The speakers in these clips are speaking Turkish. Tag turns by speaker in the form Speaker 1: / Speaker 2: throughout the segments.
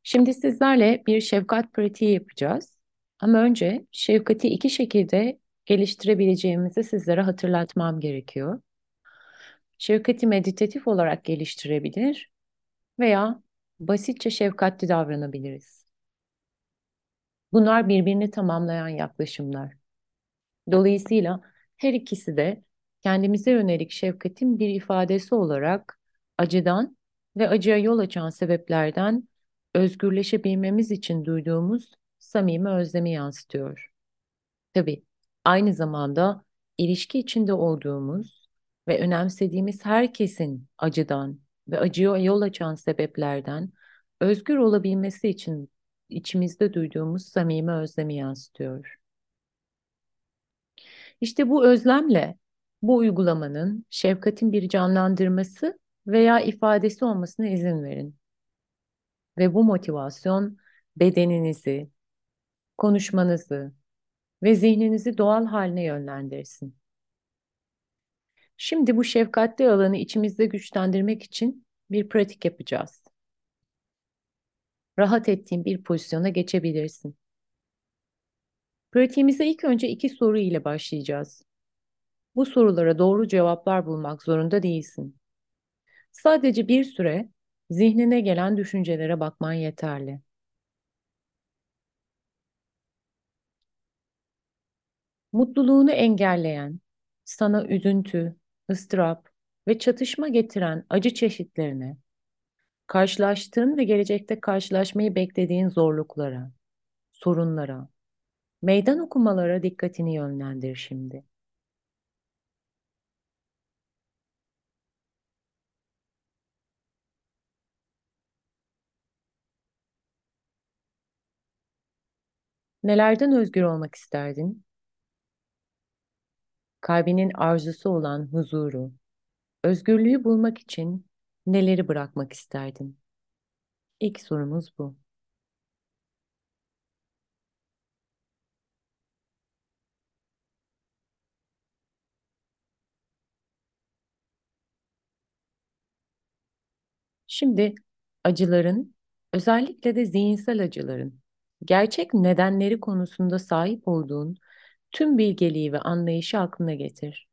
Speaker 1: Şimdi sizlerle bir şefkat pratiği yapacağız. Ama önce şefkati iki şekilde geliştirebileceğimizi sizlere hatırlatmam gerekiyor. Şefkati meditatif olarak geliştirebilir veya basitçe şefkatli davranabiliriz. Bunlar birbirini tamamlayan yaklaşımlar. Dolayısıyla her ikisi de kendimize yönelik şefkatin bir ifadesi olarak acıdan ve acıya yol açan sebeplerden özgürleşebilmemiz için duyduğumuz samimi özlemi yansıtıyor. Tabii aynı zamanda ilişki içinde olduğumuz ve önemsediğimiz herkesin acıdan ve acıya yol açan sebeplerden özgür olabilmesi için içimizde duyduğumuz samimi özlemi yansıtıyor. İşte bu özlemle bu uygulamanın şefkatin bir canlandırması veya ifadesi olmasına izin verin. Ve bu motivasyon bedeninizi, konuşmanızı ve zihninizi doğal haline yönlendirsin. Şimdi bu şefkatli alanı içimizde güçlendirmek için bir pratik yapacağız. Rahat ettiğin bir pozisyona geçebilirsin. Pratiğimize ilk önce iki soru ile başlayacağız. Bu sorulara doğru cevaplar bulmak zorunda değilsin. Sadece bir süre zihnine gelen düşüncelere bakman yeterli. Mutluluğunu engelleyen, sana üzüntü, ıstırap ve çatışma getiren acı çeşitlerine, karşılaştığın ve gelecekte karşılaşmayı beklediğin zorluklara, sorunlara, meydan okumalara dikkatini yönlendir şimdi. Nelerden özgür olmak isterdin? Kalbinin arzusu olan huzuru, özgürlüğü bulmak için neleri bırakmak isterdin? İlk sorumuz bu. Şimdi acıların, özellikle de zihinsel acıların, gerçek nedenleri konusunda sahip olduğun tüm bilgeliği ve anlayışı aklına getir.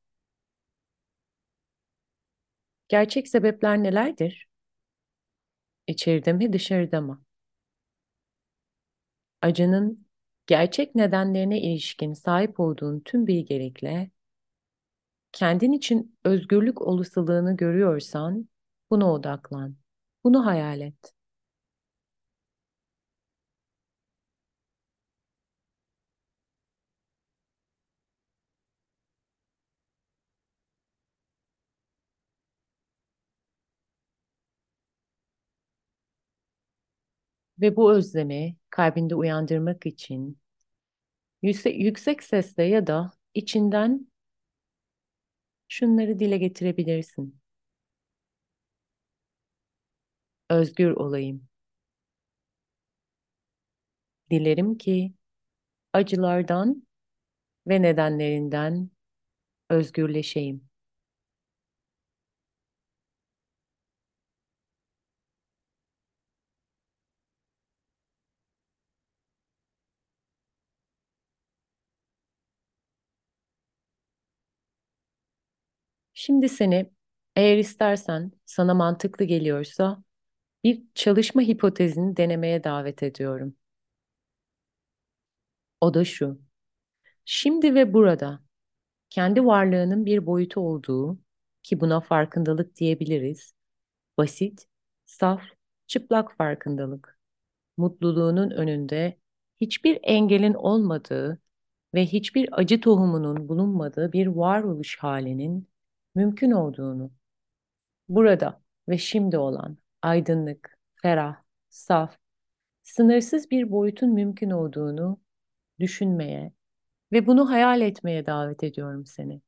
Speaker 1: Gerçek sebepler nelerdir? İçeride mi, dışarıda mı? Acının gerçek nedenlerine ilişkin sahip olduğun tüm bilgelikle kendin için özgürlük olasılığını görüyorsan buna odaklan. Bunu hayal et. Ve bu özlemi kalbinde uyandırmak için yüksek sesle ya da içinden şunları dile getirebilirsin. Özgür olayım. Dilerim ki acılardan ve nedenlerinden özgürleşeyim. Şimdi seni, eğer istersen, sana mantıklı geliyorsa bir çalışma hipotezini denemeye davet ediyorum. O da şu. Şimdi ve burada kendi varlığının bir boyutu olduğu, ki buna farkındalık diyebiliriz. Basit, saf, çıplak farkındalık. Mutluluğunun önünde hiçbir engelin olmadığı ve hiçbir acı tohumunun bulunmadığı bir varoluş halinin mümkün olduğunu, burada ve şimdi olan aydınlık, ferah, saf, sınırsız bir boyutun mümkün olduğunu düşünmeye ve bunu hayal etmeye davet ediyorum seni.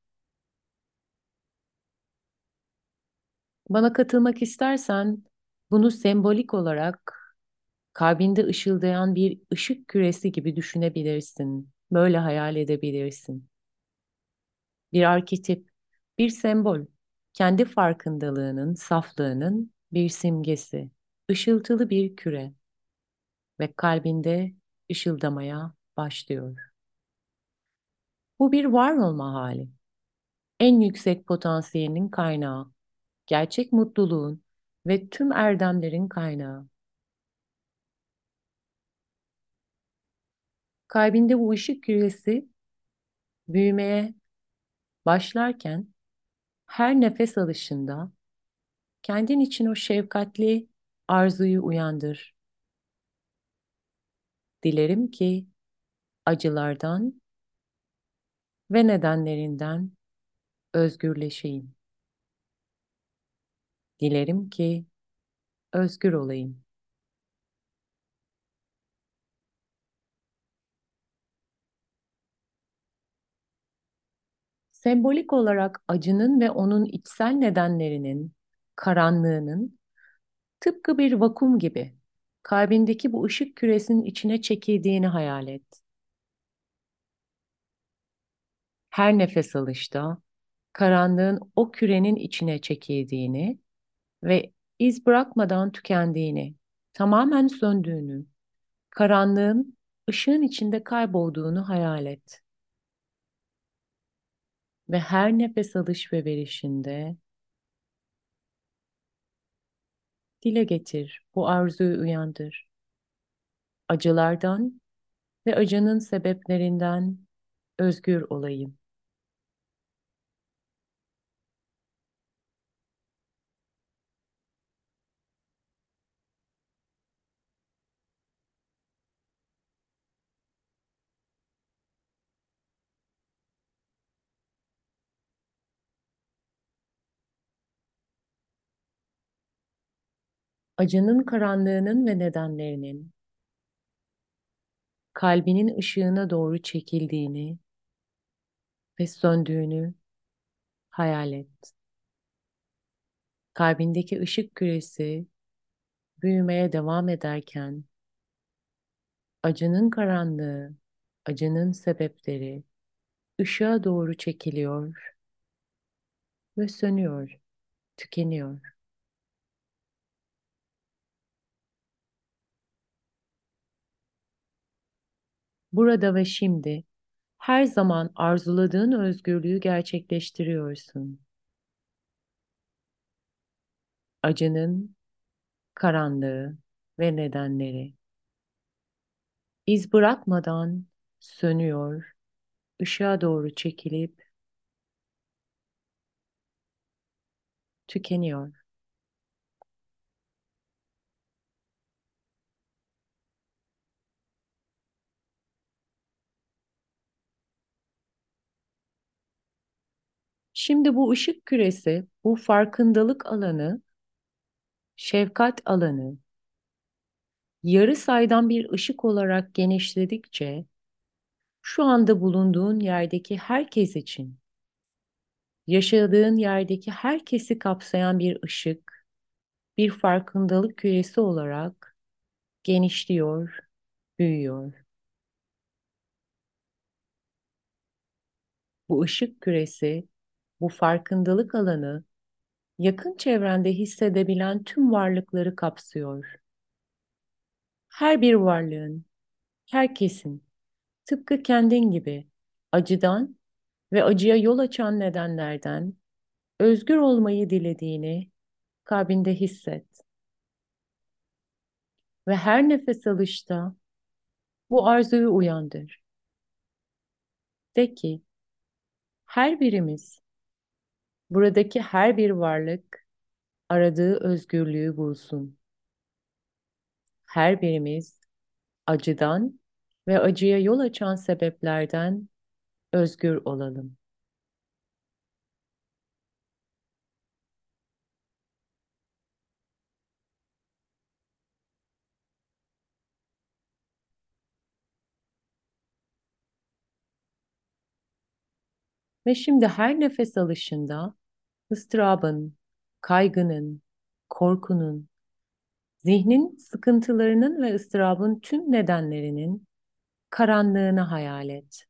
Speaker 1: Bana katılmak istersen bunu sembolik olarak kalbinde ışıldayan bir ışık küresi gibi düşünebilirsin. Böyle hayal edebilirsin. Bir arketip, bir sembol, kendi farkındalığının, saflığının bir simgesi, ışıltılı bir küre. ve kalbinde ışıldamaya başlıyor. Bu bir var olma hali. En yüksek potansiyelinin kaynağı, gerçek mutluluğun ve tüm erdemlerin kaynağı. Kalbinde bu ışık küresi büyümeye başlarken her nefes alışında kendin için o şefkatli arzuyu uyandır. Dilerim ki acılardan ve nedenlerinden özgürleşeyim. Dilerim ki özgür olayım. Sembolik olarak acının ve onun içsel nedenlerinin, karanlığının tıpkı bir vakum gibi kalbindeki bu ışık küresinin içine çekildiğini hayal et. Her nefes alışta karanlığın o kürenin içine çekildiğini ve iz bırakmadan tükendiğini, tamamen söndüğünü, karanlığın ışığın içinde kaybolduğunu hayal et. Ve her nefes alış ve verişinde dile getir, bu arzuyu uyandır. Acılardan ve acının sebeplerinden özgür olayım. Acının karanlığının ve nedenlerinin kalbinin ışığına doğru çekildiğini ve söndüğünü hayal et. Kalbindeki ışık küresi büyümeye devam ederken acının karanlığı, acının sebepleri ışığa doğru çekiliyor ve sönüyor, tükeniyor. Burada ve şimdi her zaman arzuladığın özgürlüğü gerçekleştiriyorsun. Acının karanlığı ve nedenleri iz bırakmadan sönüyor, ışığa doğru çekilip tükeniyor. Şimdi bu ışık küresi, bu farkındalık alanı, şefkat alanı, yarı saydan bir ışık olarak genişledikçe, şu anda bulunduğun yerdeki herkes için, yaşadığın yerdeki herkesi kapsayan bir ışık, bir farkındalık küresi olarak genişliyor, büyüyor. Bu ışık küresi, bu farkındalık alanı, yakın çevrende hissedebilen tüm varlıkları kapsıyor. Her bir varlığın, herkesin, tıpkı kendin gibi acıdan ve acıya yol açan nedenlerden özgür olmayı dilediğini kalbinde hisset. Ve her nefes alışta bu arzuyu uyandır. De ki, her birimiz, buradaki her bir varlık aradığı özgürlüğü bulsun. Her birimiz acıdan ve acıya yol açan sebeplerden özgür olalım. Ve şimdi her nefes alışında ıstırabın, kaygının, korkunun, zihnin sıkıntılarının ve ıstırabın tüm nedenlerinin karanlığını hayal et.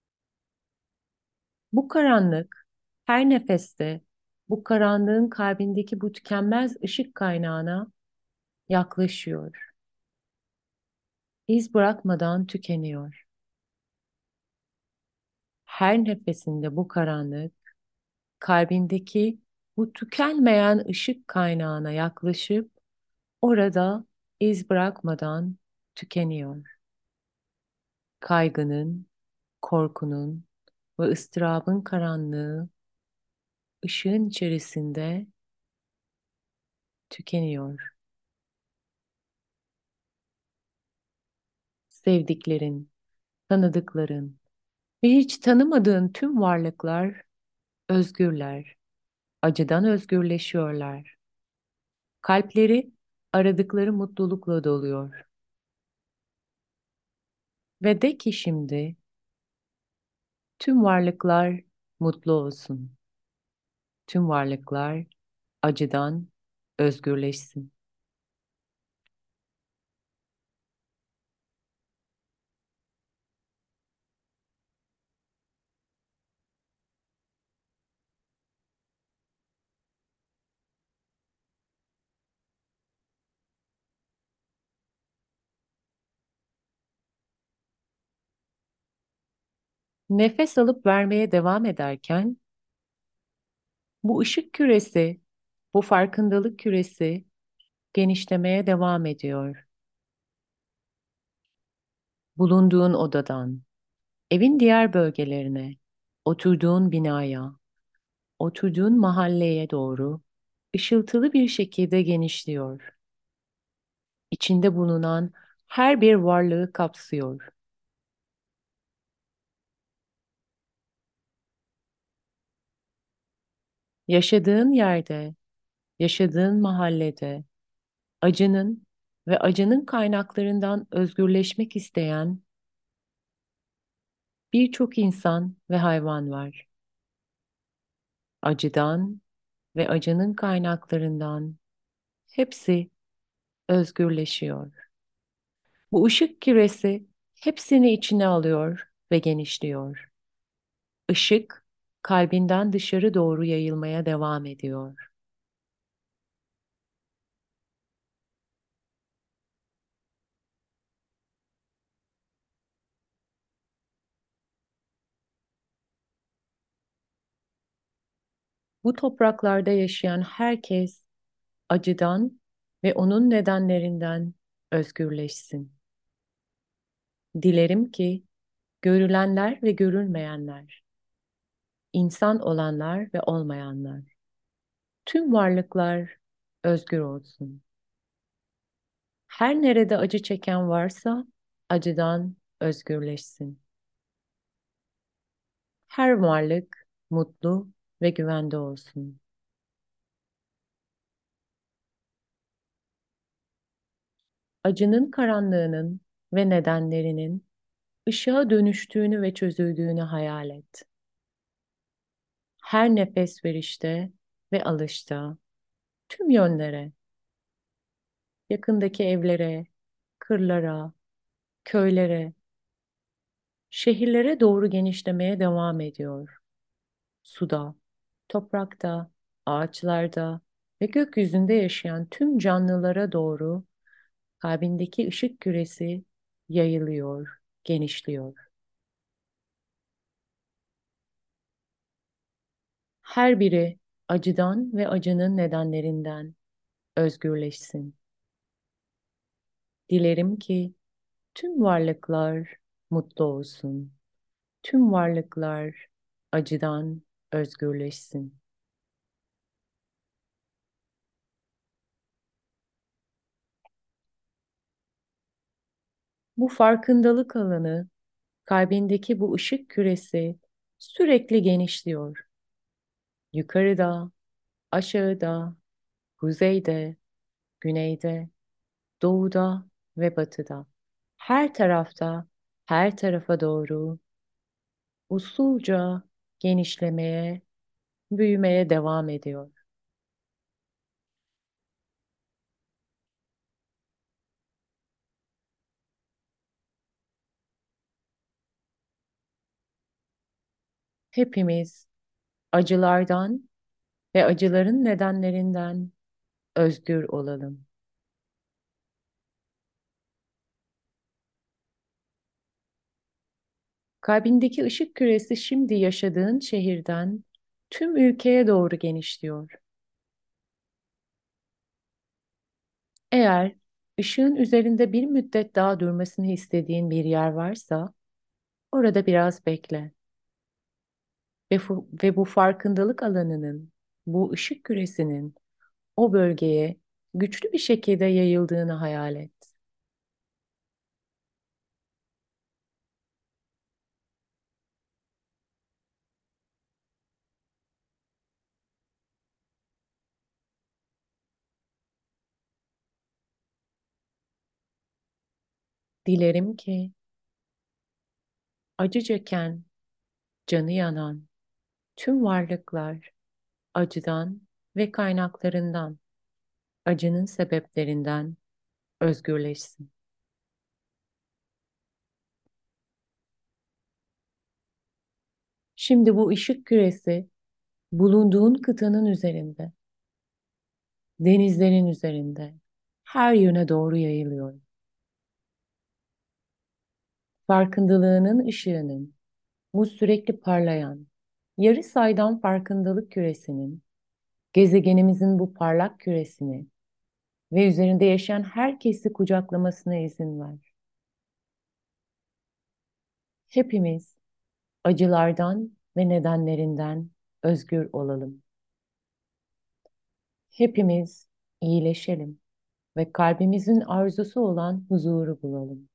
Speaker 1: Bu karanlık her nefeste bu karanlığın kalbindeki bu tükenmez ışık kaynağına yaklaşıyor. iz bırakmadan tükeniyor. Her nefesinde bu karanlık, kalbindeki bu tükenmeyen ışık kaynağına yaklaşıp orada iz bırakmadan tükeniyor. Kaygının, korkunun ve ıstırabın karanlığı ışığın içerisinde tükeniyor. Sevdiklerin, tanıdıkların ve hiç tanımadığın tüm varlıklar özgürler, acıdan özgürleşiyorlar. Kalpleri aradıkları mutlulukla doluyor. Ve de ki şimdi tüm varlıklar mutlu olsun. Tüm varlıklar acıdan özgürleşsin. Nefes alıp vermeye devam ederken bu ışık küresi, bu farkındalık küresi genişlemeye devam ediyor. Bulunduğun odadan, evin diğer bölgelerine, oturduğun binaya, oturduğun mahalleye doğru ışıltılı bir şekilde genişliyor. İçinde bulunan her bir varlığı kapsıyor. Yaşadığın yerde, yaşadığın mahallede acının ve acının kaynaklarından özgürleşmek isteyen birçok insan ve hayvan var. Acıdan ve acının kaynaklarından hepsi özgürleşiyor. Bu ışık küresi hepsini içine alıyor ve genişliyor. Işık kalbinden dışarı doğru yayılmaya devam ediyor. Bu topraklarda yaşayan herkes acıdan ve onun nedenlerinden özgürleşsin. Dilerim ki görülenler ve görülmeyenler, insan olanlar ve olmayanlar, tüm varlıklar özgür olsun. Her nerede acı çeken varsa acıdan özgürleşsin. Her varlık mutlu ve güvende olsun. Acının karanlığının ve nedenlerinin ışığa dönüştüğünü ve çözüldüğünü hayal et. Her nefes verişte ve alışta tüm yönlere, yakındaki evlere, kırlara, köylere, şehirlere doğru genişlemeye devam ediyor. Suda, toprakta, ağaçlarda ve gökyüzünde yaşayan tüm canlılara doğru kalbindeki ışık küresi yayılıyor, genişliyor. Her biri acıdan ve acının nedenlerinden özgürleşsin. Dilerim ki tüm varlıklar mutlu olsun. Tüm varlıklar acıdan özgürleşsin. Bu farkındalık alanı, kalbindeki bu ışık küresi sürekli genişliyor. Yukarıda, aşağıda, kuzeyde, güneyde, doğuda ve batıda. Her tarafta, her tarafa doğru usulca genişlemeye, büyümeye devam ediyor. Hepimiz acılardan ve acıların nedenlerinden özgür olalım. Kalbindeki ışık küresi şimdi yaşadığın şehirden tüm ülkeye doğru genişliyor. Eğer ışığın üzerinde bir müddet daha durmasını istediğin bir yer varsa, orada biraz bekle ve bu farkındalık alanının, bu ışık küresinin o bölgeye güçlü bir şekilde yayıldığını hayal et. Dilerim ki acı çeken, canı yanan tüm varlıklar acıdan ve kaynaklarından, acının sebeplerinden özgürleşsin. Şimdi bu ışık küresi bulunduğun kıtanın üzerinde, denizlerin üzerinde, her yöne doğru yayılıyor. Farkındalığının ışığının, bu sürekli parlayan, yarı saydam farkındalık küresinin, gezegenimizin bu parlak küresini ve üzerinde yaşayan herkesi kucaklamasına izin ver. Hepimiz acılardan ve nedenlerinden özgür olalım. Hepimiz iyileşelim ve kalbimizin arzusu olan huzuru bulalım.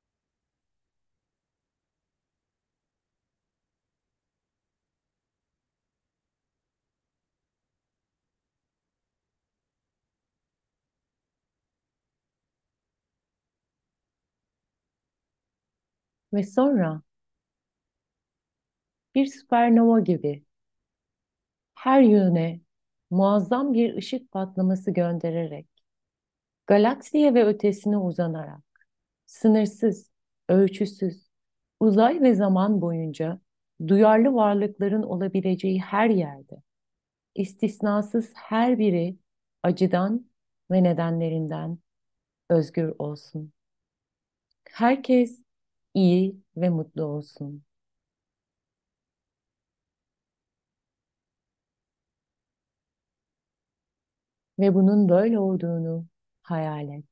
Speaker 1: Ve sonra bir süpernova gibi her yöne muazzam bir ışık patlaması göndererek, galaksiye ve ötesine uzanarak, sınırsız, ölçüsüz, uzay ve zaman boyunca duyarlı varlıkların olabileceği her yerde, istisnasız her biri acıdan ve nedenlerinden özgür olsun. Herkes iyi ve mutlu olsun. Ve bunun böyle olduğunu hayal et.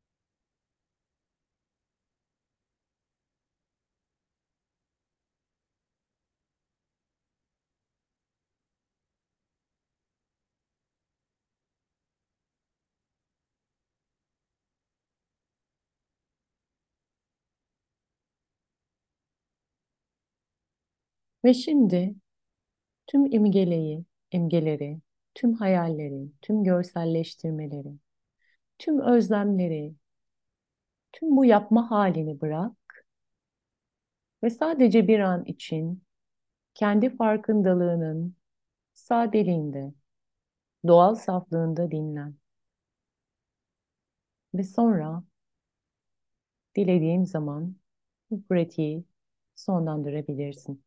Speaker 1: Ve şimdi tüm imgeleri, tüm hayalleri, tüm görselleştirmeleri, tüm özlemleri, tüm bu yapma halini bırak ve sadece bir an için kendi farkındalığının sadeliğinde, doğal saflığında dinlen. Ve sonra dilediğin zaman bu pratiği sonlandırabilirsin.